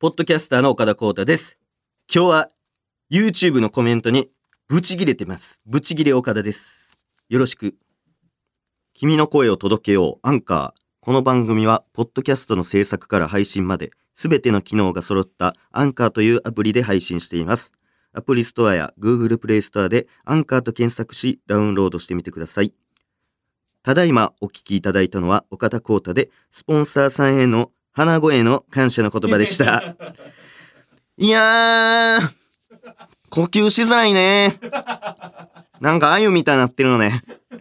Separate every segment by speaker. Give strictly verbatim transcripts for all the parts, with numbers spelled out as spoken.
Speaker 1: ポッドキャスターの岡田浩太です。今日は YouTube のコメントにブチギレてます。ブチギレ岡田です。よろしく。君の声を届けようアンカー。この番組はポッドキャストの制作から配信まで全ての機能が揃ったアンカーというアプリで配信しています。アプリストアや Google プレイストアでアンカーと検索しダウンロードしてみてください。ただいまお聞きいただいたのは岡田浩太で、スポンサーさんへの鼻声の感謝の言葉でした。いやー、呼吸しづらいね。なんか鮎みたいになってるのね。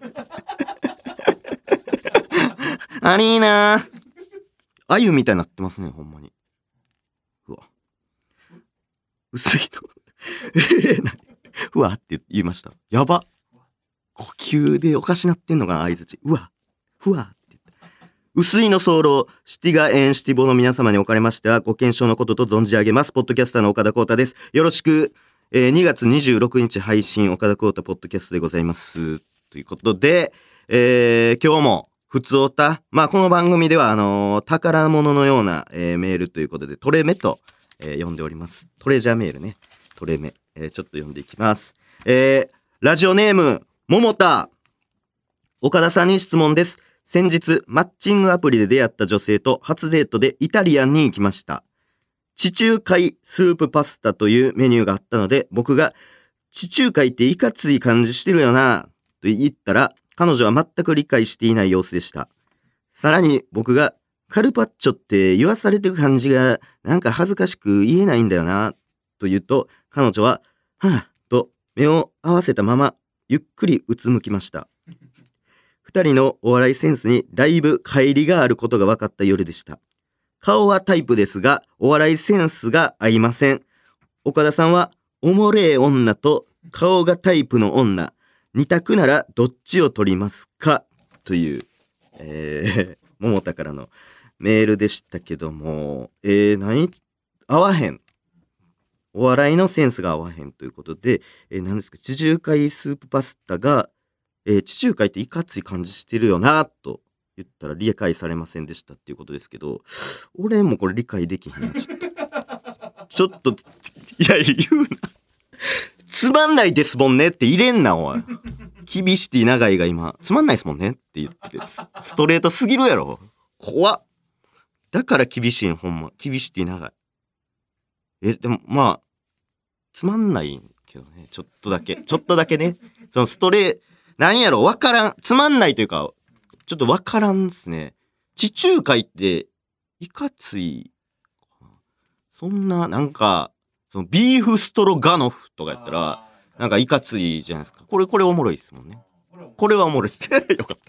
Speaker 1: ありーなー。鮎みたいになってますね、ほんまに。うわ。薄いの。うわって言いました。やば。呼吸でおかしなってんのかな、相づち。うわ。ふわ。薄いの早漏、シティガエンシティボの皆様におかれましてはご健勝のことと存じ上げます。ポッドキャスターの岡田浩太です。よろしく。えー、にがつにじゅうろくにち配信岡田浩太ポッドキャストでございます。ということで、えー、今日もふつおた、まあこの番組ではあのー、宝物のような、えー、メールということでトレメと、えー、呼んでおります。トレジャーメールね。トレメ、えー、ちょっと読んでいきます。えー、ラジオネーム桃田。岡田さんに質問です。先日マッチングアプリで出会った女性と初デートでイタリアンに行きました。地中海スープパスタというメニューがあったので、僕が地中海っていかつい感じしてるよなと言ったら、彼女は全く理解していない様子でした。さらに僕がカルパッチョって言わされてる感じがなんか恥ずかしく言えないんだよなと言うと、彼女ははぁと目を合わせたままゆっくりうつむきました。二人のお笑いセンスにだいぶ乖離があることが分かった夜でした。顔はタイプですが、お笑いセンスが合いません。岡田さんはおもれえ女と顔がタイプの女、二択ならどっちを取りますかという、えー、桃田からのメールでしたけども、えー、何合わへん。お笑いのセンスが合わへんということで、えー、何ですか、地中海スープパスタがえー、地中海っていかつい感じしてるよなと言ったら理解されませんでしたっていうことですけど、俺もこれ理解できへんな。ちょっとちょっといや言うな。つまんないですもんねって入れんなおい。キビシティ長いが今つまんないですもんねって言ってストレートすぎるやろ。怖っ。だから厳しいんほんま。キビシティ長い。えでもまあつまんないけどね、ちょっとだけちょっとだけね、そのストレートなんやろわからん。つまんないというか、ちょっとわからんですね。地中海って、いかつい。そんな、なんか、そのビーフストロガノフとかやったら、なんかいかついじゃないですか。これ、これおもろいですもんね。これはおもろいです。よかった。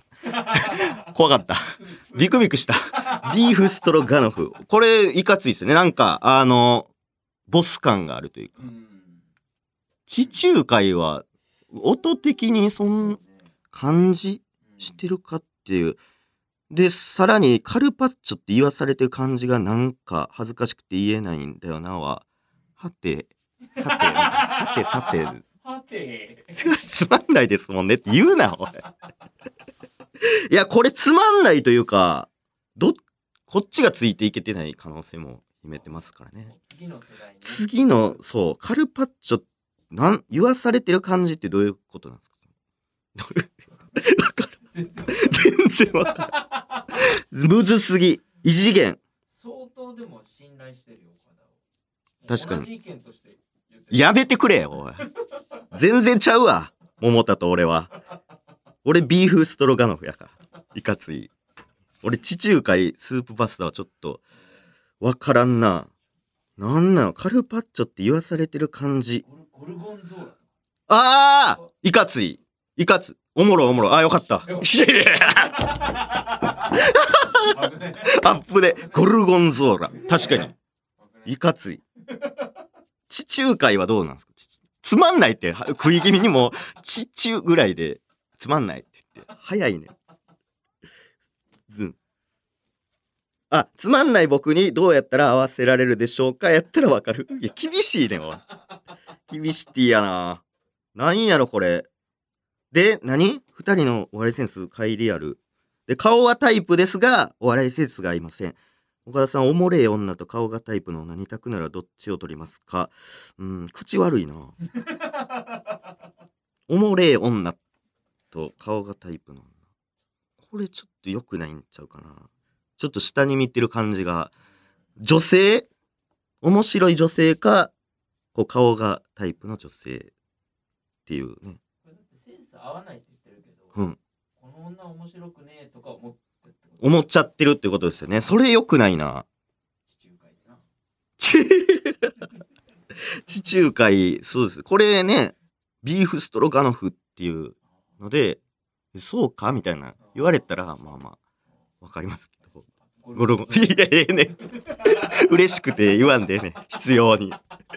Speaker 1: 怖かった。ビクビクした。ビーフストロガノフ。これ、いかついですね。なんか、あの、ボス感があるというか。地中海は、音的にそん感じしてるかっていう。でさらにカルパッチョって言わされてる感じがなんか恥ずかしくて言えないんだよなは、はてさてはてさてはてつまんないですもんねって言うなおい。いやこれつまんないというか、どこっちがついていけてない可能性も秘めてますからね。次の世代ね。次のそうカルパッチョなん言わされてる感じってどういうことなんですか。全然わからん。むずすぎ。異次元。
Speaker 2: 相当でも信頼してるよ岡
Speaker 1: 田を。確かに。
Speaker 2: 同じ意見として
Speaker 1: やめてくれよおい。全然ちゃうわ桃田と俺は。俺ビーフストロガノフやから。いかつい。俺地中海スープパスタはちょっとわからんな。なんなんカルパッチョって言わされてる感じ。
Speaker 2: ゴルゴンゾーラ。
Speaker 1: ああいかつい。いかつおもろおもろ。あよかった。いやいやアップでゴルゴンゾーラ。確かにいかつい。地中海はどうなんですか。つまんないって食い気味にも地中ぐらいでつまんないって言って早いね。ずんあつまんない僕にどうやったら合わせられるでしょうかやったらわかる。いや厳しいねおい。厳しティやな。なんやろこれで。何二人のお笑いセンス乖離あるで、顔はタイプですがお笑いセンスが合いません。 岡田さん、おもれえ女と顔がタイプの女二択ならどっちを取りますか？うん、口悪いな。おもれえ女と顔がタイプの女。これちょっと良くないんちゃうかな。ちょっと下に見てる感じが。女性面白い女性か、こう顔がタイプの女性っていうね。
Speaker 2: これだってセンス合わないって言ってるけど、
Speaker 1: うん。
Speaker 2: この女面白くねえとか思ってってこと
Speaker 1: 思っちゃってるってことですよね。それ良くないな。
Speaker 2: 地中海でな。
Speaker 1: 地中海、そうです。これね、ビーフストロガノフっていうので、そうかみたいな言われたら、まあまあ、わかりますけど。ゴルゴン、いや、ええね。嬉しくて言わんでね、必要に。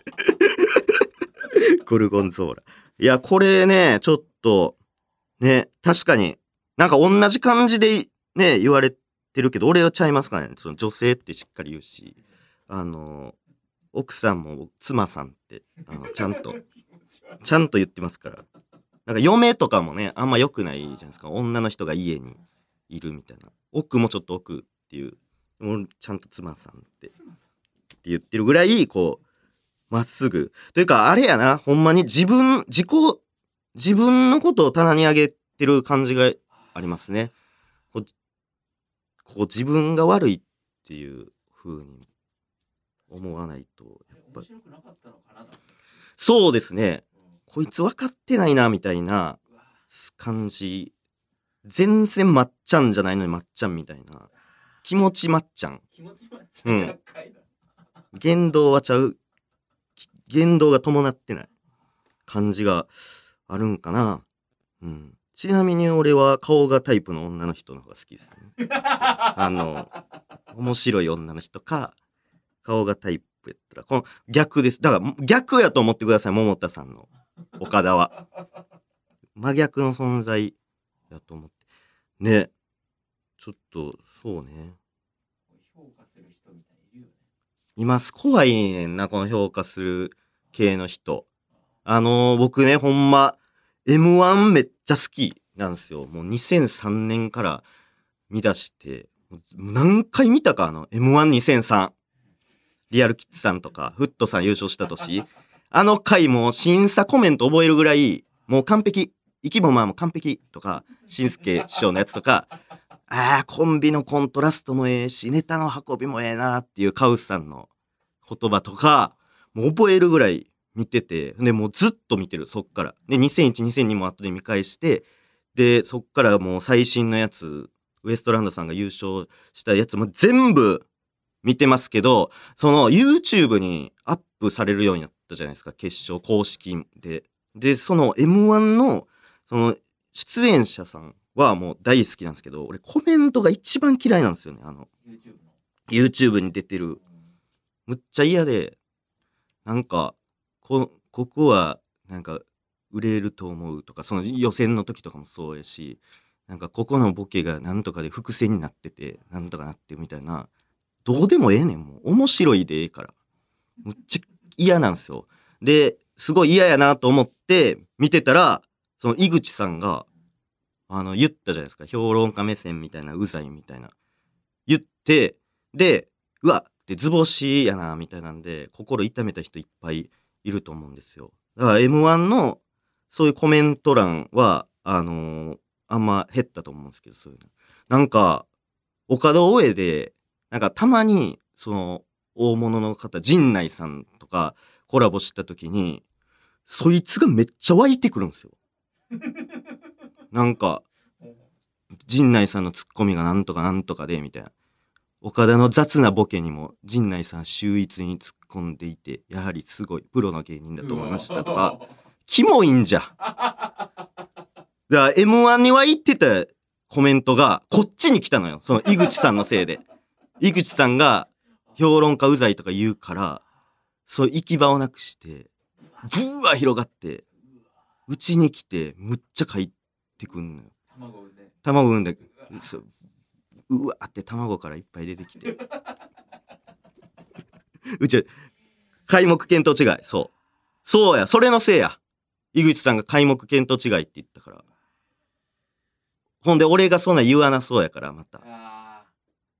Speaker 1: ゴルゴンゾーラ。いや、これね、ちょっと、ね、確かに、なんか同じ感じでね、言われてるけど、俺はちゃいますかね。その女性ってしっかり言うし、あの、奥さんも妻さんって、あの、ちゃんと、ちゃんと言ってますから。なんか嫁とかもね、あんま良くないじゃないですか。女の人が家にいるみたいな。奥もちょっと奥っていう、もうちゃんと妻さんってって言ってるぐらい、こう、まっすぐ。というか、あれやな、ほんまに自分、自己、自分のことを棚に上げてる感じがありますね。こう、こう自分が悪いっていう風に思わないと、やっぱ
Speaker 2: 面白くなかったのかなだって。
Speaker 1: そうですね。
Speaker 2: うん
Speaker 1: こいつ分かってないな、みたいな
Speaker 2: うわ
Speaker 1: 感じ。全然まっちゃんじゃないのにまっちゃんみたいな。気持ちまっちゃん。
Speaker 2: 気持ちまっちゃ
Speaker 1: うん
Speaker 2: 厄介だ。
Speaker 1: 言動はちゃう。き言動が伴ってない感じがあるんかな。うん。ちなみに俺は顔がタイプの女の人の方が好きですね。あの、面白い女の人か、顔がタイプやったら、この逆です。だから逆やと思ってください、桃田さんの岡田は。真逆の存在やと思って。ね。ちょっと、そうね。
Speaker 2: 評価する人みたいにいるよね。
Speaker 1: います。怖いねんな、この評価する系の人。あのー、僕ね、ほんま、エムワン めっちゃ好きなんですよ。もうにせんさんねんから見出して、もう何回見たか、あの、エムワンにせんさん。リアルキッズさんとか、フットさん優勝した年。あの回も審査コメント覚えるぐらい、もう完璧。生きもまあも完璧とか、しんすけ師匠のやつとか、ああ、コンビのコントラストもええし、ネタの運びもええなっていうカウスさんの言葉とか、もう覚えるぐらい見てて、で、もうずっと見てる、そっから。で、にせんいち、にせんにも後で見返して、で、そっからもう最新のやつ、ウエストランドさんが優勝したやつも全部見てますけど、その YouTube にアップされるようになったじゃないですか、決勝公式で。で、その エムワン の、その出演者さんはもう大好きなんですけど、俺コメントが一番嫌いなんですよね。あの、
Speaker 2: YouTube の。
Speaker 1: YouTube に出てる。むっちゃ嫌で、なんか、こ、ここは、なんか、売れると思うとか、その予選の時とかもそうやし、なんかここのボケがなんとかで伏線になってて、なんとかなってるみたいな、どうでもええねん、もう。面白いでええから。むっちゃ嫌なんですよ。で、すごい嫌やなと思って見てたら、その井口さんが、あの、言ったじゃないですか。評論家目線みたいな、うざいみたいな。言って、で、うわって図星やな、みたいなんで、心痛めた人いっぱいいると思うんですよ。だから エムワン の、そういうコメント欄は、あのーあんま減ったと思うんですけど、そういうの。なんか、岡田大江で、なんかたまに、その、大物の方、陣内さんとかコラボした時に、そいつがめっちゃ湧いてくるんですよ。なんか、陣内さんのツッコミがなんとかなんとかで、みたいな。岡田の雑なボケにも、陣内さん秀逸に突っ込んでいて、やはりすごいプロの芸人だと思いましたとか、キモいんじゃ。だから エムワン に湧いてたコメントが、こっちに来たのよ。その井口さんのせいで。井口さんが、評論家うざいとか言うから、そう行き場をなくして、ブワー広がって、うちに来て、むっちゃ帰ってくんのよ。
Speaker 2: 卵産んで。
Speaker 1: 卵産んで、そううわーって卵からいっぱい出てきて。うち、皆目見当違い。そう。そうや、それのせいや。井口さんが皆目見当違いって言ったから。ほんで、俺がそんな言わなそうやから、また。
Speaker 2: あ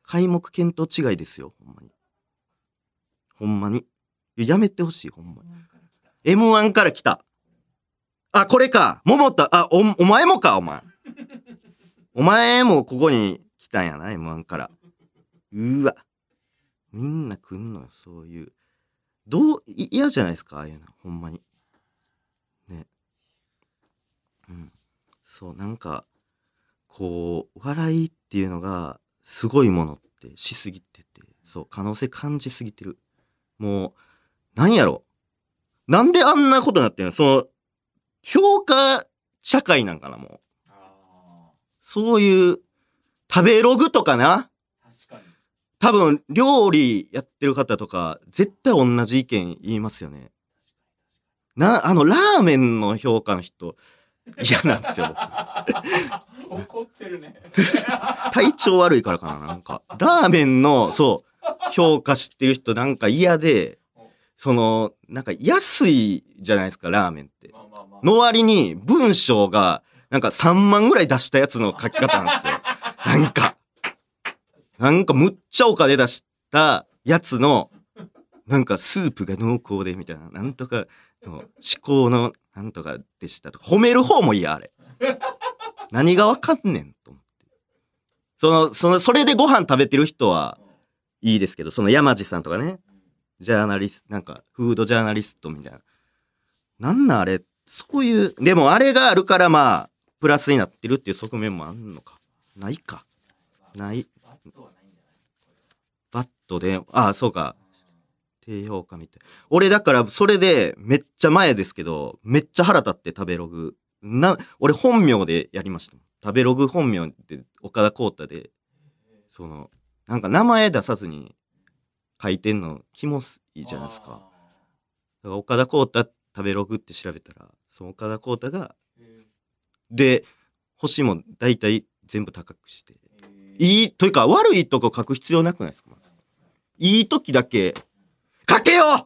Speaker 1: 皆目見当違いですよ、ほんまに。ほんまに。やめてほしい、ほんまに。エムワン から来た。あ、これか。桃田、あ、お、お前もか、お前。お前もここに来たんやな、エムワン から。うわ。みんな来んのよ、そういう。どう、い嫌じゃないですか、ああいうの。ほんまに。ね。うん。そう、なんか、こう、笑いっていうのが、すごいものってしすぎてて、そう、可能性感じすぎてる。もう、なんやろ。なんであんなことになってんの？その、評価社会なんかな、もう。
Speaker 2: あ
Speaker 1: そういう、食べログとかな。
Speaker 2: ー確かに。
Speaker 1: 多分、料理やってる方とか、絶対同じ意見言いますよね。な、あの、ラーメンの評価の人、嫌なんですよ。
Speaker 2: 怒ってるね。
Speaker 1: 体調悪いからかな、なんか。ラーメンの、そう、評価してる人なんか嫌で、その、なんか安いじゃないですか、ラーメンって。
Speaker 2: まあまあまあ。
Speaker 1: の割に、文章が、なんかさんまんぐらい出したやつの書き方なんですよ。なんか、なんかむっちゃお金出したやつの、なんかスープが濃厚でみたいな、なんとかの思考のなんとかでしたとか、褒める方も嫌、あれ。何がわかんねんと思って。その、その、それでご飯食べてる人はいいですけど、その山地さんとかね、ジャーナリスト、なんか、フードジャーナリストみたいな。なんなんあれ、そういう、でもあれがあるからまあ、プラスになってるっていう側面もあんのか。ないか。ない。
Speaker 2: バットはないんじゃない？
Speaker 1: バットで、ああ、そうか。低評価みたい。俺だから、それで、めっちゃ前ですけど、めっちゃ腹立って食べログ。な、俺本名でやりましたもん。食べログ本名で、岡田浩太で、その、なんか名前出さずに書いてんの、キモいいじゃないですか。だから岡田浩太食べログって調べたら、その岡田浩太が、で、星も大体全部高くして。いい、というか悪いとこ書く必要なくないですか、まず。いい時だけ、書けよ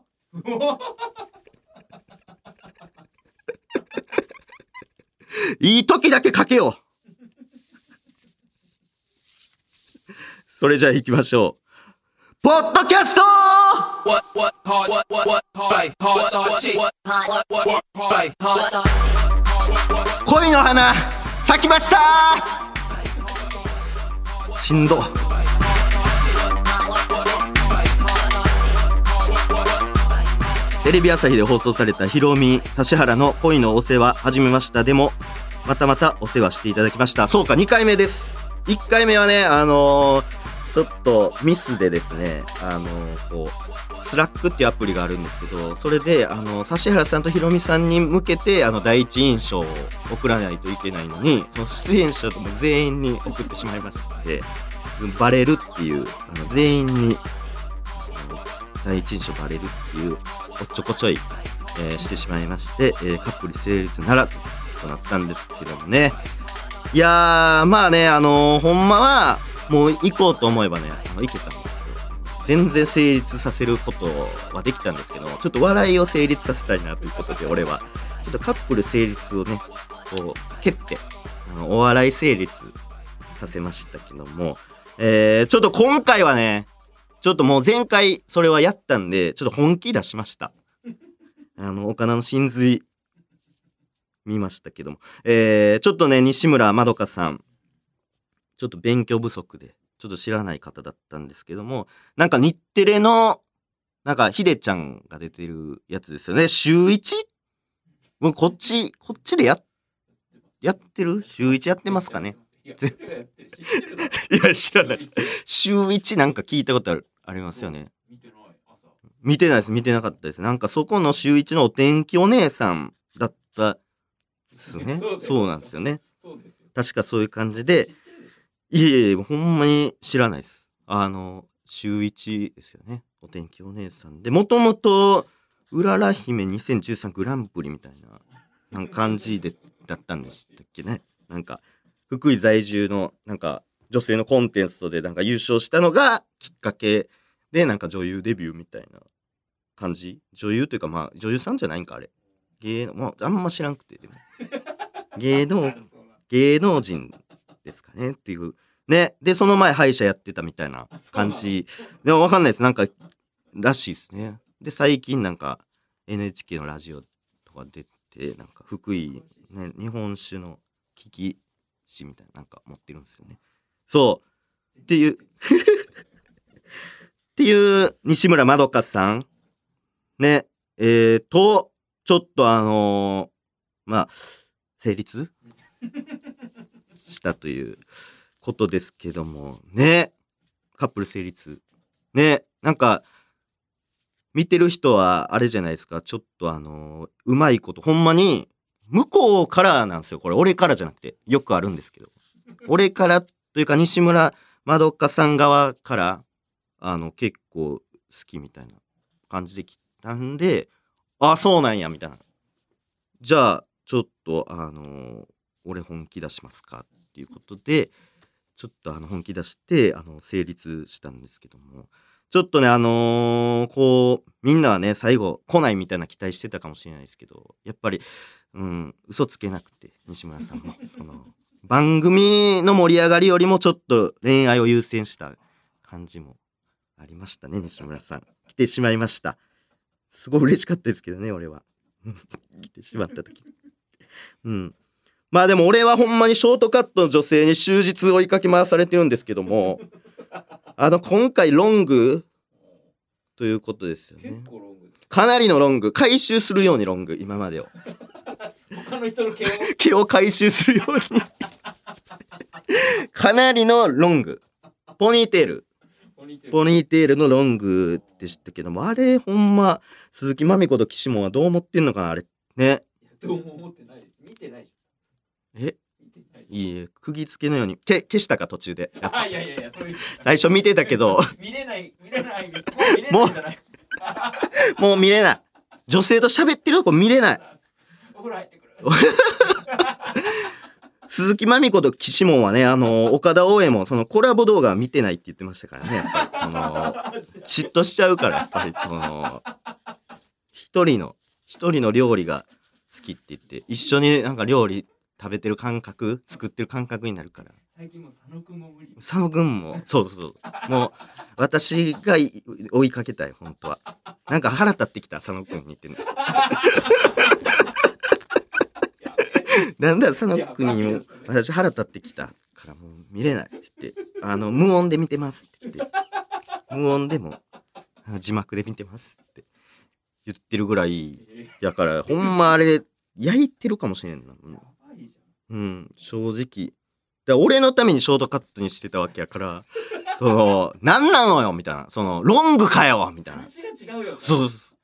Speaker 1: いい時だけ書けよそれじゃあ行きましょう。ポッドキャスト恋の花咲きましたしんど。テレビ朝日で放送されたひろみ指原の恋のお世話始めましたでもまたまたお世話していただきました。そうかにかいめです。いっかいめはねあのー、ちょっとミスでですねあのー、こうスラックっていうアプリがあるんですけどそれであの指原さんとひろみさんに向けてあの第一印象を送らないといけないのにその出演者とも全員に送ってしまいましてバレるっていうあの全員に第一印象バレるっていうおっちょこちょい、えー、してしまいまして、えー、カップル成立ならずとなったんですけどもね。いやーまあねあのー、ほんまはもう行こうと思えばねあの行けたんですけど全然成立させることはできたんですけどちょっと笑いを成立させたいなということで俺はちょっとカップル成立をねこう蹴ってあのお笑い成立させましたけども、えー、ちょっと今回はねちょっともう前回それはやったんでちょっと本気出しました。あの岡田の真髄見ましたけども、えー、ちょっとね西村まどかさんちょっと勉強不足でちょっと知らない方だったんですけどもなんか日テレのなんかヒデちゃんが出てるやつですよね。週いちもうこっちこっちでややってる週いちやってますかね。いや知らないです。週いちなんか聞いたことあるありますよね。
Speaker 2: 見てない朝。
Speaker 1: 見てないです見てなかったです。なんかそこの週いちのお天気お姉さんだったですね。
Speaker 2: そうです。
Speaker 1: そうなんですよね。
Speaker 2: そうですよ。
Speaker 1: 確かそういう感じでいえいえほんまに知らないです。あの週いちですよねお天気お姉さんでもともとうらら姫にせんじゅうさんグランプリみたいななんか感じでだったんでしたっけね。なんか福井在住のなんか女性のコンテンツでなんか優勝したのがきっかけでなんか女優デビューみたいな感じ。女優というかまあ女優さんじゃないんかあれ芸能、まあ、あんま知らんくてでも芸能芸能人ですかねっていうね。で、その前歯医者やってたみたいな感じ。でもわかんないです。なんか、らしいですね。で、最近なんか エヌエイチケー のラジオとか出て、なんか福井、ね、日本酒の利き師みたいななんか持ってるんですよね。そうっていうっていう西村まどかさんねえー、とちょっとあのー、まあ成立したということですけどもね、カップル成立ね、なんか見てる人はあれじゃないですか、ちょっとあのー、うまいことほんまに向こうからなんですよ、これ俺からじゃなくて、よくあるんですけど、俺からというか西村まどかさん側からあの結構好きみたいな感じで来たんで、あそうなんやみたいな、じゃあちょっとあのー、俺本気出しますかっていうことでちょっとあの本気出してあの成立したんですけども、ちょっとねあのー、こうみんなはね最後来ないみたいな期待してたかもしれないですけど、やっぱりうん嘘つけなくて西村さんもその番組の盛り上がりよりもちょっと恋愛を優先した感じもありましたね。西村さん来てしまいました。すごい嬉しかったですけどね俺は来てしまった時うんまあでも俺はほんまにショートカットの女性に終日追いかけ回されてるんですけどもあの今回ロングということですよね。
Speaker 2: 結構ロング。
Speaker 1: かなりのロング、回収するようにロング、今までを
Speaker 2: 他の人の毛を
Speaker 1: 毛を回収するようにかなりのロング、ポニーテール
Speaker 2: ポニーテール
Speaker 1: ポニーテールのロングでしたけども、あれほんま鈴木まみこと岸本はどう思ってんのかなあれね。
Speaker 2: どうも思ってないです。見てないでし
Speaker 1: え
Speaker 2: ょ。見てないでしょ。
Speaker 1: いいえ、釘付けのようにけ消したか途中で
Speaker 2: あいやいやいや、そういう
Speaker 1: 最初見てたけど
Speaker 2: 見れない見れないもう見れないじゃない。
Speaker 1: もう見れない、女性と喋ってるとこ見れない
Speaker 2: お風呂入ってくる。
Speaker 1: 鈴木まみこと岸本はね、あの岡田大江もそのコラボ動画は見てないって言ってましたからね。やっぱりその嫉妬しちゃうから、やっぱりその一人の一人の料理が好きって言って一緒になんか料理食べてる感覚、作ってる感覚になるから。
Speaker 2: 最近もう佐野くんも無理。
Speaker 1: 佐野くんもそうそうそう、もう私が追いかけたい本当は。なんか腹立ってきた佐野くんにってねなんだ佐野くんにも私腹立ってきたからもう見れないって言って、あの無音で見てますって言って、無音でも字幕で見てますって言ってるぐらいやから、ほんまあれ焼いてるかもしれんな。うん、うん、正直だから俺のためにショートカットにしてたわけやから、そのなんなのよみたいな、そのロングかよみたいな、
Speaker 2: 話が違うよ。
Speaker 1: そうそうそう、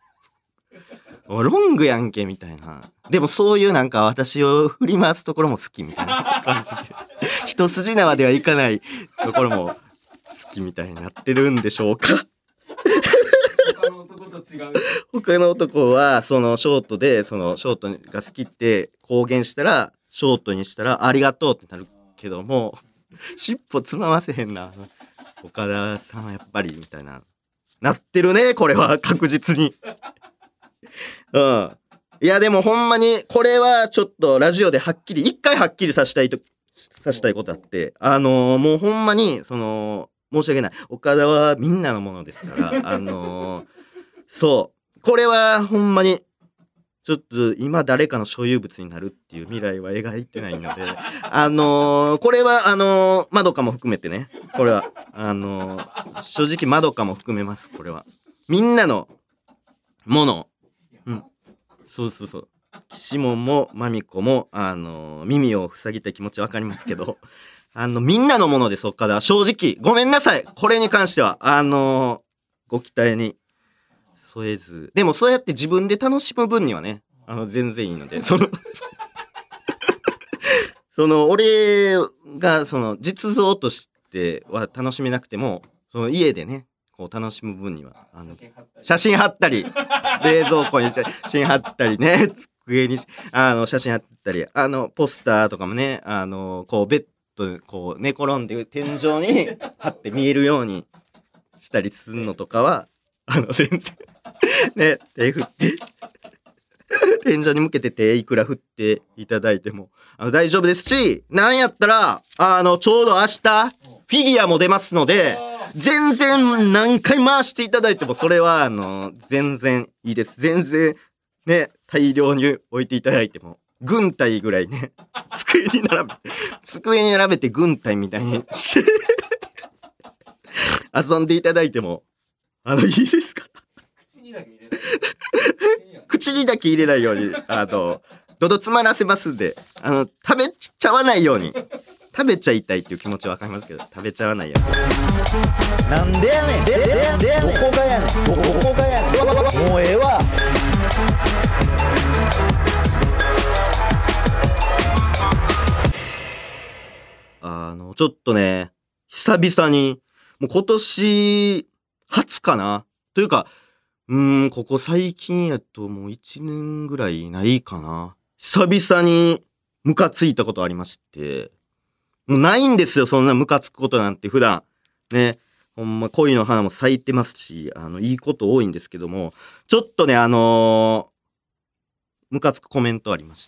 Speaker 1: ロングやんけみたいな。でもそういうなんか私を振り回すところも好きみたいな感じで一筋縄ではいかないところも好きみたいになってるんでしょうか
Speaker 2: 他の男と違う。
Speaker 1: 他の男はそのショートでそのショートが好きって公言したらショートにしたらありがとうってなるけども、尻尾つまませへんな岡田さんはやっぱりみたいななってるね、これは確実にうんいやでもほんまにこれはちょっとラジオではっきり一回はっきりさしたいとさしたいことあって、あのー、もうほんまにその申し訳ない、岡田はみんなのものですからあのー、そうこれはほんまにちょっと今誰かの所有物になるっていう未来は描いてないのであのー、これはあのー、まどかも含めてね、これはあのー、正直まどかも含めます。これはみんなのもの、うんそうそうそう、岸本もまみこもあのー、耳を塞ぎたい気持ちわかりますけどあのみんなのものです。岡田は正直ごめんなさい、これに関してはあのー、ご期待に添えず、でもそうやって自分で楽しむ分にはね、あの全然いいのでそのその俺がその実像としては楽しめなくても、その家でねこう楽しむ分にはあの写真貼ったり冷蔵庫に写真貼ったりね机にあの写真貼ったり、あのポスターとかもね、あのこうベッドこう寝転んで天井に貼って見えるようにしたりするのとかはあの全然ね手振って天井に向けて手いくら振っていただいてもあの大丈夫ですし、なんやったらあのちょうど明日フィギュアも出ますので、
Speaker 2: あー
Speaker 1: 全然何回回していただいても、それは、あの、全然いいです。全然、ね、大量に置いていただいても、軍隊ぐらいね、机に並べ、机に並べて軍隊みたいにして、遊んでいただいても、あの、いいですか？
Speaker 2: 口にだけ入れない。口には
Speaker 1: 口にだけ入れないように、あの、どど詰まらせますんで、あの、食べちゃわないように、食べちゃいたいっていう気持ちわかりますけど、食べちゃわないように。
Speaker 3: なんでやねんでででどこがやねんどこがやねんもうええわ
Speaker 1: あの、ちょっとね、久々に、もう今年、初かなというか、うーん、ここ最近やともう一年ぐらいないかな。久々にムカついたことありまして、もうないんですよ、そんなムカつくことなんて普段。ね。ほんま恋の花も咲いてますし、あの、いいこと多いんですけども、ちょっとね、あのー、ムカつくコメントありまして、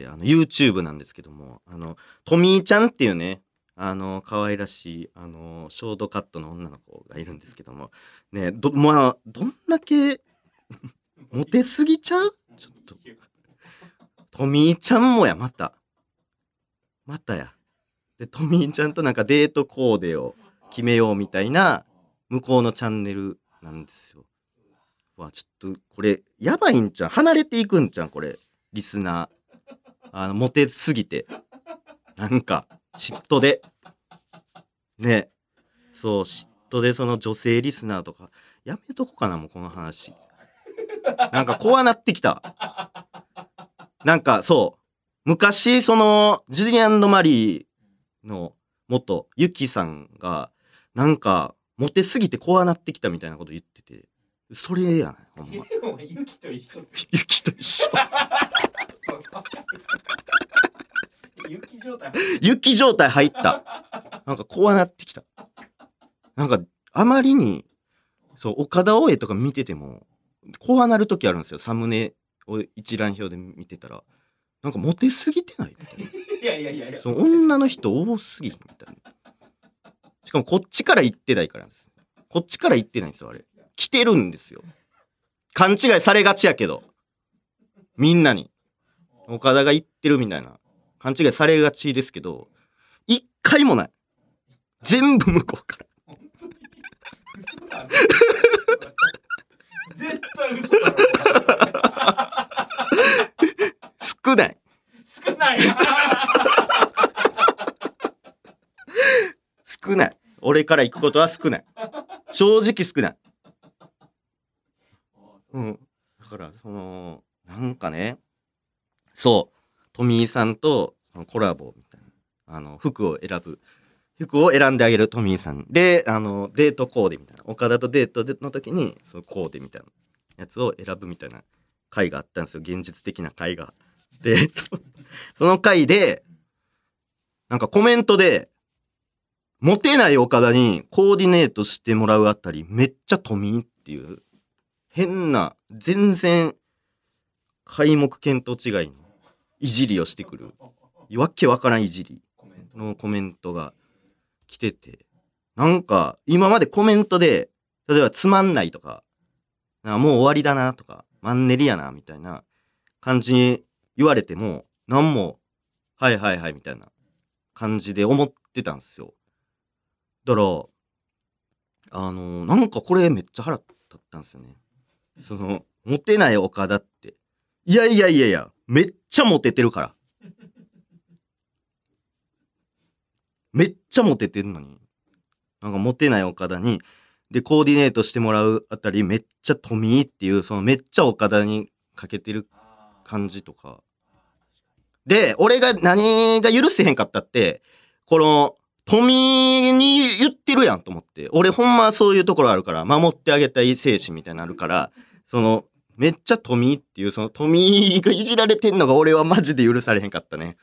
Speaker 1: あの、YouTube なんですけども、あの、トミーちゃんっていうね、あの、可愛らしい、あの、ショートカットの女の子がいるんですけども、ね、ど、まあ、どんだけ、モテすぎちゃうちょっと。トミーちゃんもや、また。またや。で、トミーちゃんとなんかデートコーデを決めようみたいな、向こうのチャンネルなんですよ。わ、ちょっと、これ、やばいんちゃん。離れていくんちゃん、これ。リスナー。あの、モテすぎて。なんか、嫉妬で。ね。そう、嫉妬でその女性リスナーとか、やめとこかな、もうこの話。なんか怖なってきた。なんか、そう。昔、その、ジュリアンド・マリーの元、ユキさんが、なんか、モテすぎて怖なってきたみたいなこと言ってて、それやねほんま。
Speaker 2: お前ユキと一緒。
Speaker 1: ユキと一緒。
Speaker 2: ユキ状態。
Speaker 1: ユキ状態入った。なんか怖なってきた。なんか、あまりに、そう、岡田大江とか見てても、怖なる時あるんですよ。サムネを一覧表で見てたら。なんかモテすぎてないみたいな。
Speaker 2: いやいやいやいや。
Speaker 1: その女の人多すぎみたいな。しかもこっちから言ってないからです。こっちから言ってないんですよ、あれ。来てるんですよ。勘違いされがちやけど。みんなに。岡田が言ってるみたいな。勘違いされがちですけど、一回もない。全部向こうから。
Speaker 2: 本当に嘘だろ。絶対嘘だろ。
Speaker 1: 少ない。
Speaker 2: 少ない。
Speaker 1: 少ない。俺から行くことは少ない。正直少ない。うん。だから、その、なんかね、そう、トミーさんとそのコラボみたいな、あの、服を選ぶ。服を選んであげるトミーさん。で、あの、デートコーデみたいな。岡田とデートの時に、そのコーデみたいなやつを選ぶみたいな回があったんですよ。現実的な回が。で、その回で、なんかコメントで、モテない岡田にコーディネートしてもらうあたり、めっちゃトミーっていう、変な、全然、皆目見当違いのいじりをしてくる。わけわからんいじりのコメントが来てて、なんか、今までコメントで、例えばつまんないとか、なんかもう終わりだなとか、マンネリやなみたいな感じに言われても、なんも、はいはいはいみたいな感じで思ってたんですよ。だから、あのー、なんかこれめっちゃ腹立ったんですよね。その、モテない岡田って。いやいやいやいや、めっちゃモテてるから。めっちゃモテてんのに。なんかモテない岡田に、で、コーディネートしてもらうあたり、めっちゃトミーっていう、そのめっちゃ岡田にかけてる感じとか。で、俺が何が許せへんかったって、この、トミーに言ってるやんと思って。俺ほんまそういうところあるから、守ってあげたい精神みたいなのあるから、その、めっちゃトミーっていう、そのトミーがいじられてんのが俺はマジで許されへんかったね。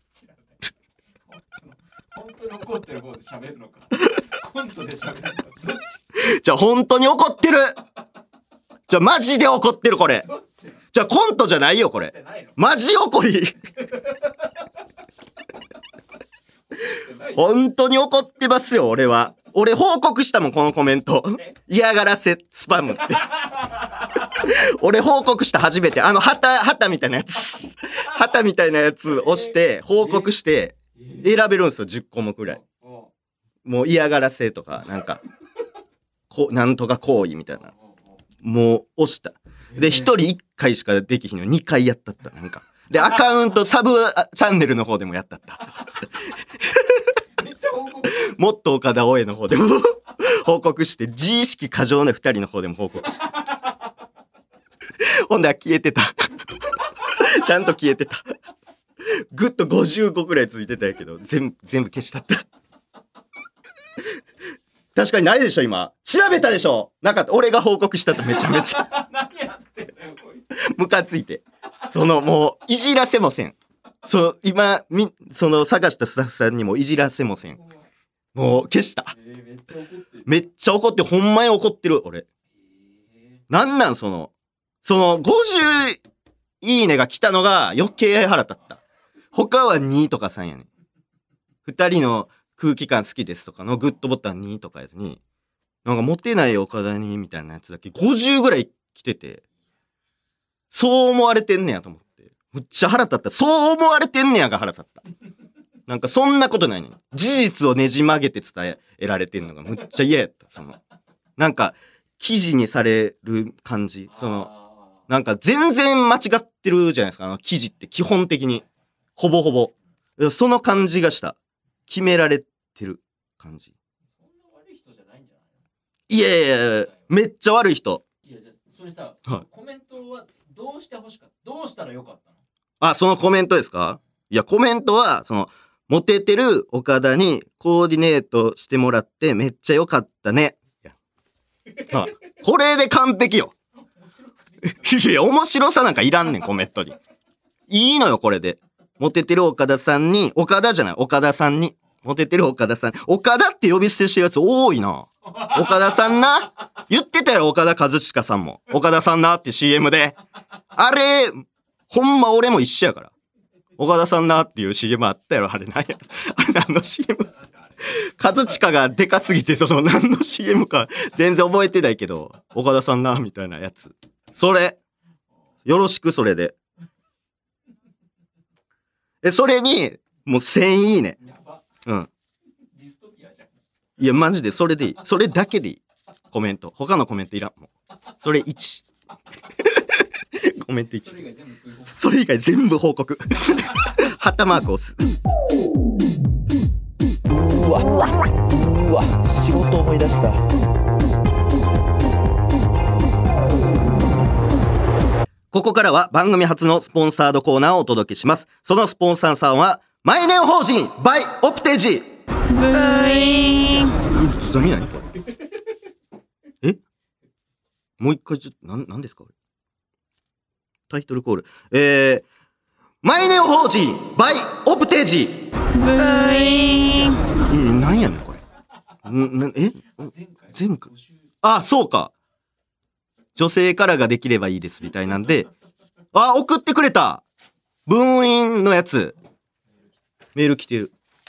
Speaker 2: 本当に怒ってる方で喋るのか。コントで喋るのか。どっ
Speaker 1: じゃあ本当に怒ってる。じゃあマジで怒ってるこれ。
Speaker 2: ちどっち
Speaker 1: じゃあコントじゃないよこれ。
Speaker 2: ってないの。
Speaker 1: マジ怒り。
Speaker 2: ない
Speaker 1: 本当に怒ってますよ、俺は。俺報告したもん、このコメント。嫌がらせスパムって。俺報告した初めて。あの、旗、旗みたいなやつ。旗みたいなやつ押して、報告して、選べるんですよ、じゅっこもくらい。もう嫌がらせとか、なんか、こなんとか行為みたいな。もう押した。で、一人一回しかできひんのにかいやったった。なんか。で、アカウント、サブチャンネルの方でもやったった。もっと岡田大江の方でも報告して、自意識過剰な二人の方でも報告して。ほんでは消えてた。ちゃんと消えてた。ぐっとごじゅうごくらいついてたんやけど、全部、全部消したった。確かにないでしょ、今。調べたでしょ。なかった。俺が報告したとめちゃめちゃ。
Speaker 2: 何やってんだよ、こいつ。
Speaker 1: ムカついて。その、もう、いじらせもせん。そう、今、み、その、探したスタッフさんにもいじらせもせん。もう、消した。
Speaker 2: えー、めっちゃ怒ってる。
Speaker 1: めっちゃ怒って、ほんまに怒ってる、俺。なんなん、その、その、ごじゅういいねが来たのが余計腹立った。他はにとかさんやねん。二人の空気感好きですとかのグッドボタンにとかやに、なんかモテない岡田にみたいなやつだけごじゅうぐらい来てて、そう思われてんねやと思って。むっちゃ腹立った。そう思われてんねやが腹立った。なんかそんなことないのに。事実をねじ曲げて伝えられてんのがむっちゃ嫌やった。その、なんか、記事にされる感じ。その、なんか全然間違ってるじゃないですか。あの記事って基本的に。ほぼほぼ。その感じがした。決められてる感じ。
Speaker 2: そんな悪い人じゃないんじゃないの？
Speaker 1: いやいやいや、めっちゃ悪い人。
Speaker 2: いや、じゃあそれさ、
Speaker 1: はい
Speaker 2: コメントはどうしてほしかった？どうしたらよかったの？
Speaker 1: あ、そのコメントですか？いや、コメントは、その、モテてる岡田にコーディネートしてもらってめっちゃ良かったね。いや、あ、これで完璧よ。いや、面白さなんかいらんねん、コメントに。いいのよ、これで。モテてる岡田さんに、岡田じゃない、岡田さんに。モテてる岡田さん。岡田って呼び捨てしてるやつ多いな。岡田さんな。言ってたよ、岡田和親さんも。岡田さんなって シーエム で。あれ、ほんま俺も一緒やから。岡田さんなっていう シーエム あったやろ、あれ何や。あれ何の シーエム？ 和親がでかすぎて、その何の シーエム か全然覚えてないけど、岡田さんな、みたいなやつ。それ。よろしく、それで。え、それに、もうせんいいね。
Speaker 2: やば。
Speaker 1: うん。
Speaker 2: ディストピアじゃん。
Speaker 1: いや、マジで、それでいい。それだけでいい。コメント。他のコメントいらん。もう。それいち。コメントいち。
Speaker 2: それ以外全部通報。
Speaker 1: それ以外全部報告。旗マーク押す。
Speaker 3: うわうわ仕事思い出した。
Speaker 1: ここからは番組初のスポンサードコーナーをお届けします。そのスポンサーさんは、マイネオ法人 by オプテージ。
Speaker 4: ブーイン。
Speaker 1: 何何これ。えもう一回ちょっと、なん、なんですかこれ。タイトルコール。えー、マイネオ法人 by オプテージ。
Speaker 4: ブーイン。
Speaker 1: え、なんやねんこれ。ん、な、え
Speaker 2: 前回。
Speaker 1: 前回。あ、そうか。女性からができればいいですみたいなんで、あ、送ってくれた。分院のやつ。メール来てる。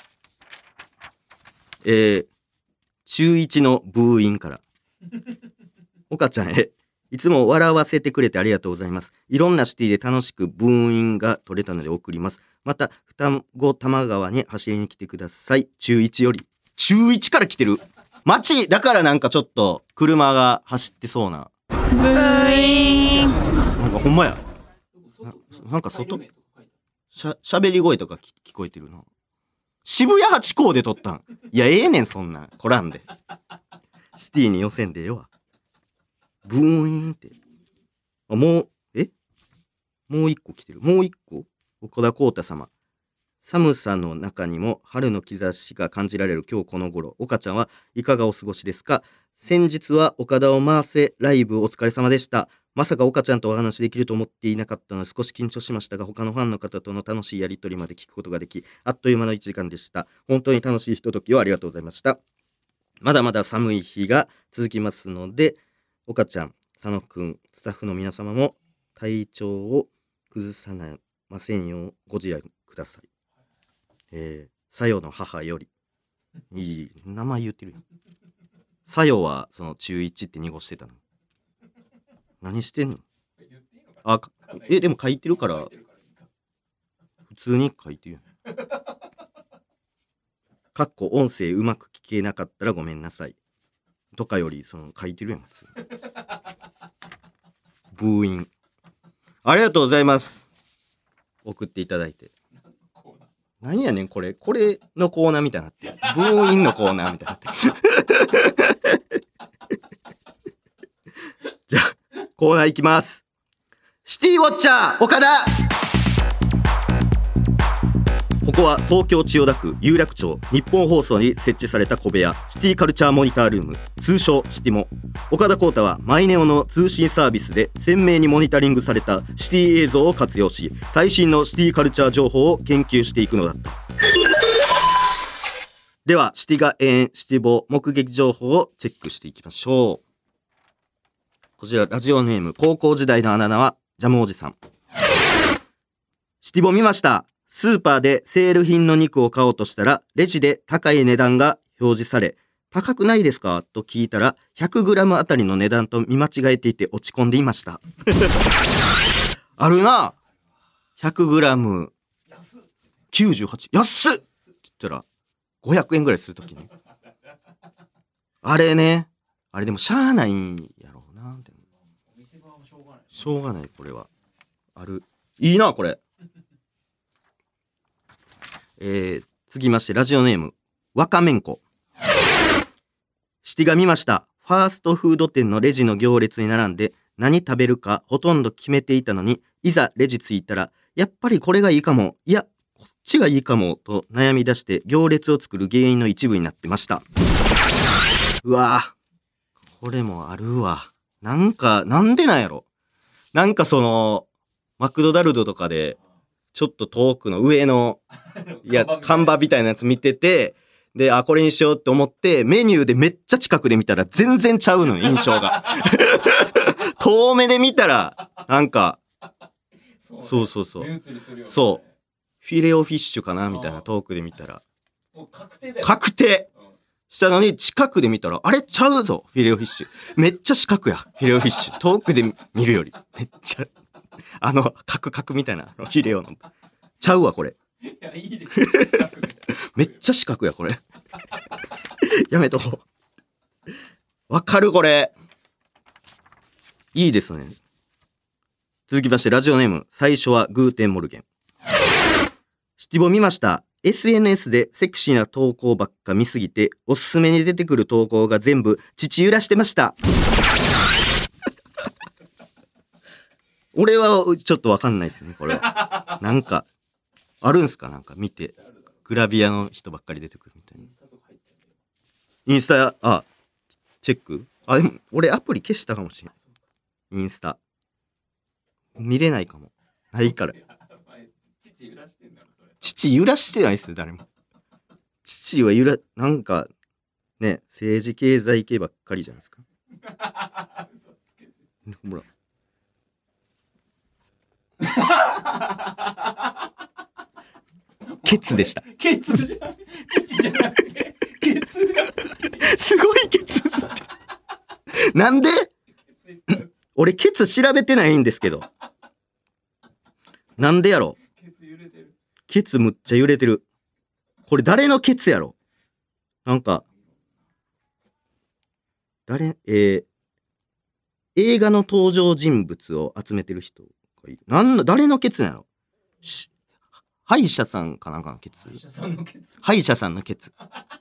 Speaker 1: えー、中いちのブーインから。岡ちゃんへ。いつも笑わせてくれてありがとうございます。いろんなシティで楽しくブーインが取れたので送ります。また、双子玉川に走りに来てください。中いちより。中いちから来てる。街、だからなんかちょっと車が走ってそうな。
Speaker 4: ブーイン。
Speaker 1: なんかほんまや。ななんか外しゃ、しゃべり声とか聞こえてるな。渋谷八甲で撮ったん。いや、ええねん、そんなん。こらんで。シティに寄せんでええわ。ブーインって。あ、もう、えもう一個来てる。もう一個岡田光太様。寒さの中にも春の兆しが感じられる今日この頃。岡ちゃんはいかがお過ごしですか？先日は岡田を回せライブお疲れ様でした。まさか岡ちゃんとお話できると思っていなかったので少し緊張しましたが、他のファンの方との楽しいやりとりまで聞くことができ、あっという間のいちじかんでした。本当に楽しいひとときをありがとうございました。まだまだ寒い日が続きますので、岡ちゃん、佐野くん、スタッフの皆様も体調を崩さないませんようご自愛ください。えー、さよの母より。 いい名前言ってるやん。さよはその中いちって濁してたの。何してんの？あ、え、でも書いてるから、普通に書いてるやん。かっこ音声うまく聞けなかったらごめんなさい。とかより、その書いてるやん、普通に。ブーイン。ありがとうございます。送っていただいて。何やねん、これ。これのコーナーみたいになってる。ブーインのコーナーみたいになってる。じゃあ、コーナーいきます。シティウォッチャー岡田。ここは東京千代田区有楽町日本放送に設置された小部屋シティカルチャーモニタールーム、通称シティモ。岡田光太はマイネオの通信サービスで鮮明にモニタリングされたシティ映像を活用し、最新のシティカルチャー情報を研究していくのだった。ではシティガエンシティボ目撃情報をチェックしていきましょう。こちらラジオネーム高校時代のあだ名はジャムおじさん。シティボ見ました。スーパーでセール品の肉を買おうとしたらレジで高い値段が表示され、高くないですかと聞いたら ひゃくグラム あたりの値段と見間違えていて落ち込んでいました。あるな。 ひゃくグラム きゅうじゅうはち、安っって言ったらごひゃくえんぐらいするときね。あれね、あれでもしゃあないんやろうな。でもしょうがない、これはある。いいなこれ。えー、次ましてラジオネームわかめんこ。シティが見ました。ファーストフード店のレジの行列に並んで何食べるかほとんど決めていたのに、いざレジ着いたらやっぱりこれがいいかも、いやこっちがいいかもと悩み出して行列を作る原因の一部になってました。うわぁ、これもあるわ。なんかなんでなんやろ。なんかそのマクドナルドとかでちょっと遠くの上のいや看板みたいなやつ見てて、であこれにしようって思ってメニューでめっちゃ近くで見たら全然ちゃうのよ、印象が。遠目で見たらなんかそうそうそうそうフィレオフィッシュかなみたいな、遠くで見たら確定したのに近くで見たらあれちゃうぞ、フィレオフィッシュめっちゃ四角や、フィレオフィッシュ遠くで見るよりめっちゃあのカクカクみたいなフィレオのちゃうわこれ。いやいいですめっちゃ四角やこれ。やめとこう。わかるこれ。いいですね。続きましてラジオネーム最初はグーテンモルゲン。シティボ見ました。 エスエヌエス でセクシーな投稿ばっか見すぎておすすめに出てくる投稿が全部父揺らしてました。俺はちょっとわかんないですねこれは。なんかあるんすか、なんか見てグラビアの人ばっかり出てくるみたいな。インスタ、あチェック、あでも俺アプリ消したかもしれん。インスタ見れないかも、ないから。父揺らしてんだろそれ。父揺らしてないっすよ誰も。父は揺らなんかね、政治経済系ばっかりじゃないですか。ほらケツでした。
Speaker 2: ケツじゃ父じゃなくてケツが
Speaker 1: すごいケツ吸ってなんで俺ケツ調べてないんですけど、なんでやろ。
Speaker 2: ケツ揺れてる。
Speaker 1: ケツむっちゃ揺れてる。これ誰のケツやろ。なんか誰、えー、映画の登場人物を集めてる人がいる。なん誰のケツなの。し歯医者さんかなんかのケツ。
Speaker 2: 歯医者さんのケツ。
Speaker 1: 歯医者さんのケツ。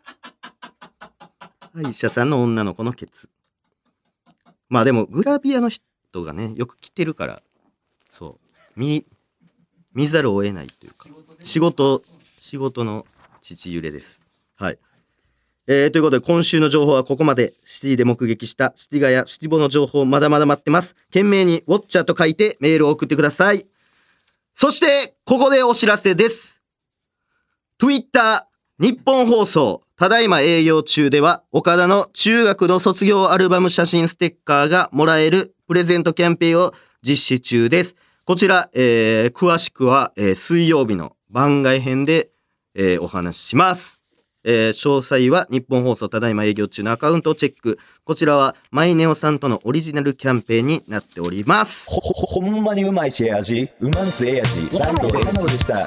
Speaker 1: 歯医者さんの女の子のケツ。まあでもグラビアの人がねよく着てるからそう見見ざるを得ないというか、仕事仕事の父揺れです。はい。えー、ということで今週の情報はここまで。シティで目撃したシティガヤシティボの情報まだまだ待ってます。懸命にウォッチャーと書いてメールを送ってください。そしてここでお知らせです。 Twitter 日本放送ただいま営業中では岡田の中学の卒業アルバム写真ステッカーがもらえるプレゼントキャンペーンを実施中です。こちら、えー、詳しくは、えー、水曜日の番外編で、えー、お話しします。 えー、詳細は日本放送ただいま営業中のアカウントをチェック。こちらはマイネオさんとのオリジナルキャンペーンになっております。
Speaker 3: ほ、ほ、ほんまにうまいしええ味。うまんすええ味。ランドエカノールでした。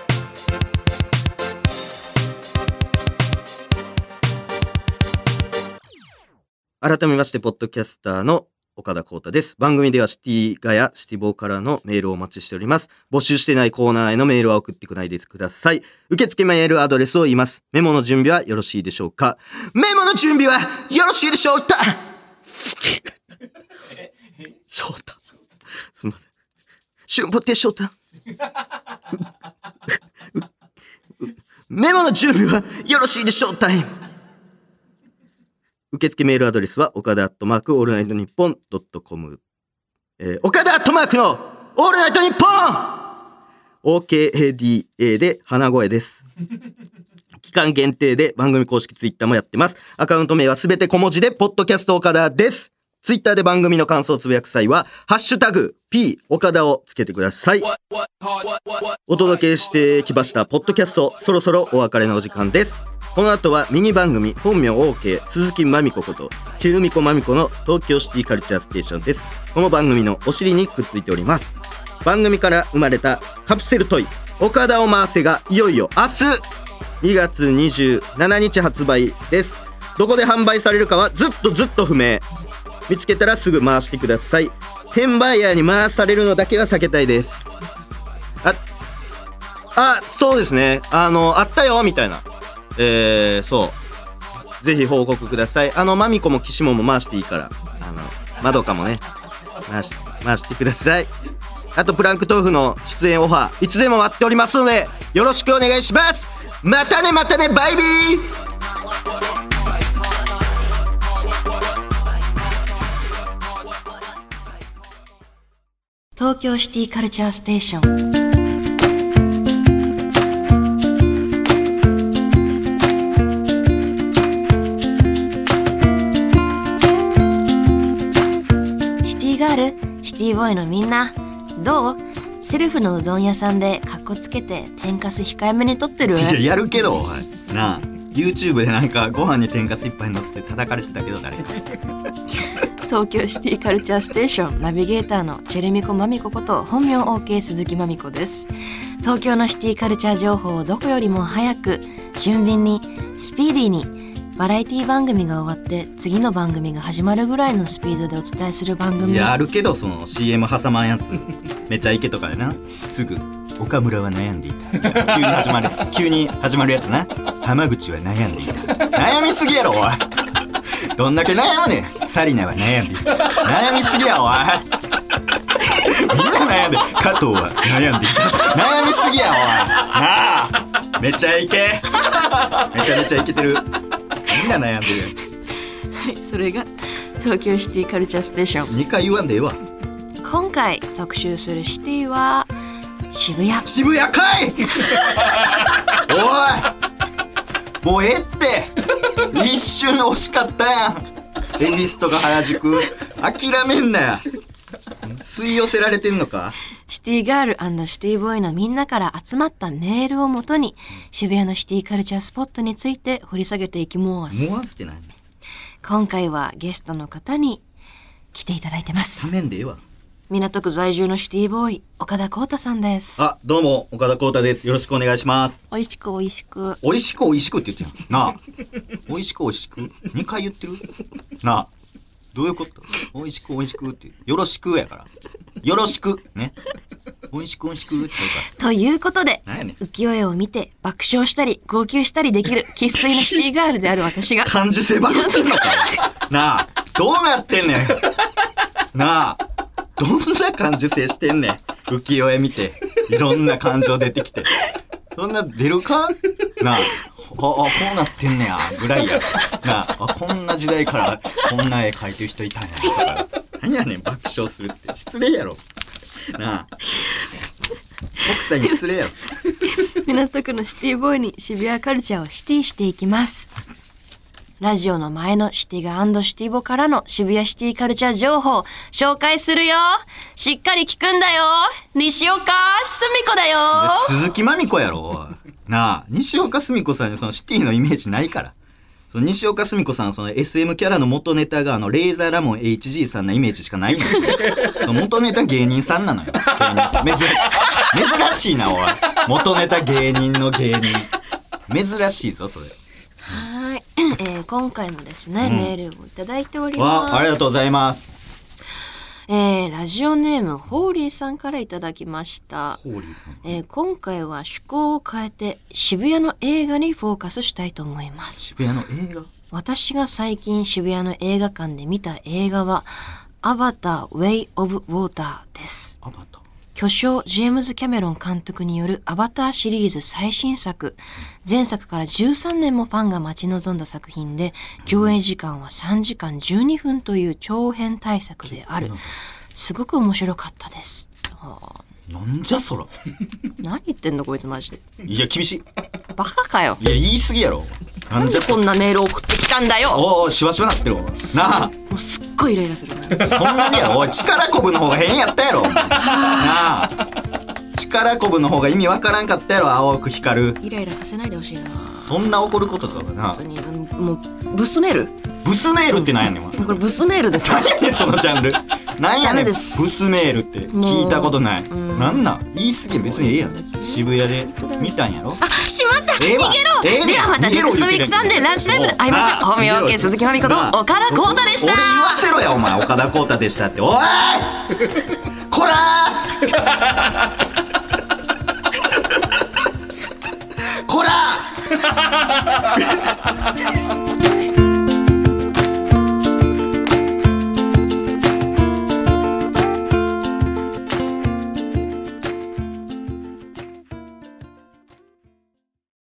Speaker 1: 改めまして、ポッドキャスターの岡田光太です。番組ではシティガヤ、シティボーからのメールをお待ちしております。募集してないコーナーへのメールは送ってこないでください。受付メールアドレスを言います。メモの準備はよろしいでしょうか？メモの準備はよろしいでしょうか？翔太。すみません。春歩亭翔太。メモの準備はよろしいでしょうか？受付メールアドレスは岡田アットマークオールナイトニッポンドットコム、えー、岡田アットマークのオールナイトニッポン オーケーエーディーエー で花声です。期間限定で番組公式ツイッターもやってます。アカウント名はすべて小文字でポッドキャスト岡田です。ツイッターで番組の感想をつぶやく際はハッシュタグ P 岡田をつけてください。お届けしてきましたポッドキャスト、そろそろお別れのお時間です。この後はミニ番組本名 OK 鈴木まみこことチェルミコまみこの東京シティカルチャーステーションです。この番組のお尻にくっついております。番組から生まれたカプセルトイ岡田を回せがいよいよ明日にがつにじゅうしちにち発売です。どこで販売されるかはずっとずっと不明。見つけたらすぐ回してください。転売ヤーに回されるのだけは避けたいです。あ、あ、そうですね、あのあったよみたいな、えー、そうぜひ報告ください。あのマミコもキシモも回していいから、あのまどかもね回し回してください。あとプランクトーフの出演オファーいつでも待っておりますのでよろしくお願いします。またねまたねバイビー。
Speaker 5: 東京シティカルチャーステーション。シティガール、シティボーイのみんな、どう？セルフのうどん屋さんでカッコつけて天かす控えめに取ってる？
Speaker 1: いや、やるけどなあ、 YouTube でなんかご飯に天かすいっぱい乗せて叩かれてたけど誰か
Speaker 5: 東京シティカルチャーステーションナビゲーターのチェルミコまみここと本名 OK 鈴木まみこです。東京のシティカルチャー情報をどこよりも早く、俊敏に、スピーディーに、バラエティ番組が終わって次の番組が始まるぐらいのスピードでお伝えする番組。
Speaker 1: いや、あるけどその シーエム 挟まんやつめちゃイケとかでな、すぐ岡村は悩んでいた急に始まる急に始まるやつな。浜口は悩んでいた。悩みすぎやろおい。どんだけ悩むねん。サリナは悩んでいた。悩みすぎやおい。みんな悩んで、加藤は悩んでいた。悩みすぎやおいなあ。めちゃイケ、めちゃめちゃイケてる。みんな悩んでるやつ。
Speaker 5: はい、それが東京シティカルチャーステーション。
Speaker 1: にかい言わんでええわ。
Speaker 5: 今回特集するシティは渋谷。
Speaker 1: 渋谷かいおい、もうええって一瞬惜しかったやん。恵比寿とか原宿諦めんなや。吸い寄せられてんのか。
Speaker 5: シティガール&シティボーイのみんなから集まったメールをもとに渋谷のシティカルチャースポットについて掘り下げていきます。
Speaker 1: もわすって何？
Speaker 5: 今回はゲストの方に来ていただいてます。
Speaker 1: ためんでええわ。
Speaker 5: 港区在住のシティボーイ岡田光太さんです。
Speaker 1: あ、どうも岡田光太です。よろしくお願いします。
Speaker 5: おいしくおいしく
Speaker 1: おいしくおいしくって言ってんなあ。おいしくおいしくにかい言ってるなあ。どういうこと？おいしくおいしくってよろしくやから、よろしくね。おいしくおいしくって言うから。
Speaker 5: ということで、
Speaker 1: なんやねん、
Speaker 5: 浮世絵を見て爆笑したり号泣したりできる生粋のシティガールである私が
Speaker 1: 感受性バグってんのかなあ。どうなってんねんなあ。どんな感受性してんねん。浮世絵見ていろんな感情出てきて、そんな出るかなあ。あ、こうなってんねやぐらいやなあ。あ、こんな時代からこんな絵描いてる人いたんやとか。何やねん爆笑するって失礼やろなあ。奥さんに失礼やろ。
Speaker 5: 港区のシティボーイに渋谷カルチャーをシティしていきます。ラジオの前のシティガ&シティボからの渋谷シティカルチャー情報紹介するよ。しっかり聞くんだよ。西岡すみこだよ。
Speaker 1: 鈴木まみこやろ。 なあ、西岡澄子さんにそのシティのイメージないから。その西岡澄子さんのその エスエム キャラの元ネタがあのレーザーラモン エイチジー さんのイメージしかないのよ。その元ネタ芸人さんなのよ。芸人さん。珍しい。珍しいな、おい。元ネタ芸人の芸人。珍しいぞ、それ。
Speaker 5: はい、えー、今回もですね、
Speaker 1: うん、
Speaker 5: メールをいただいております。
Speaker 1: わ、ありがとうございます。
Speaker 5: えー、ラジオネームホーリーさんからいただきました。
Speaker 1: ホーリーさん、
Speaker 5: えー、今回は趣向を変えて渋谷の映画にフォーカスしたいと思います。
Speaker 1: 渋谷の映画？
Speaker 5: 私が最近渋谷の映画館で見た映画はアバター・ウェイ・オブ・ウォーターです。
Speaker 1: アバター、
Speaker 5: 巨匠ジェームズ・キャメロン監督によるアバターシリーズ最新作。前作からじゅうさんねんもファンが待ち望んだ作品で、上映時間はさんじかんじゅうにふんという長編大作である。すごく面白かったです。はあ、
Speaker 1: なんじゃそら。
Speaker 5: 何言ってんのこいつマジで。
Speaker 1: いや、厳しい。
Speaker 5: バカかよ。
Speaker 1: いや、言い過ぎやろ。
Speaker 5: なんでこんなメール送ってきたんだよ。
Speaker 1: おお、しわしわなってるわ。なあ。
Speaker 5: もうすっごいイライラする。
Speaker 1: そんなにやろ。おい、力こぶの方が変やったやろ。なあ。力こぶの方が意味わからんかったやろ。青く光る。
Speaker 5: イライラさせないでほしいな。
Speaker 1: そんな怒ることかはな。
Speaker 5: 本当にもうブスメール。
Speaker 1: ブスメールってなんやねん。
Speaker 5: これブスメールですか。
Speaker 1: 何やねんそのジャンル。なんやねん。ブ
Speaker 5: ダメです
Speaker 1: スメールって聞いたことない。
Speaker 5: うん
Speaker 1: なんなん。言い過ぎ別にええやん。渋谷で見たんやろ。
Speaker 5: あ、しまった。逃げろ。
Speaker 1: ええわええねん
Speaker 5: ではまたネクストウィークサンデーランチタイムで会いましょう。本名 OK 鈴木まみこと岡田浩太でした
Speaker 1: 俺。言わせろやお前。岡田浩太でしたって。おいこらーこらー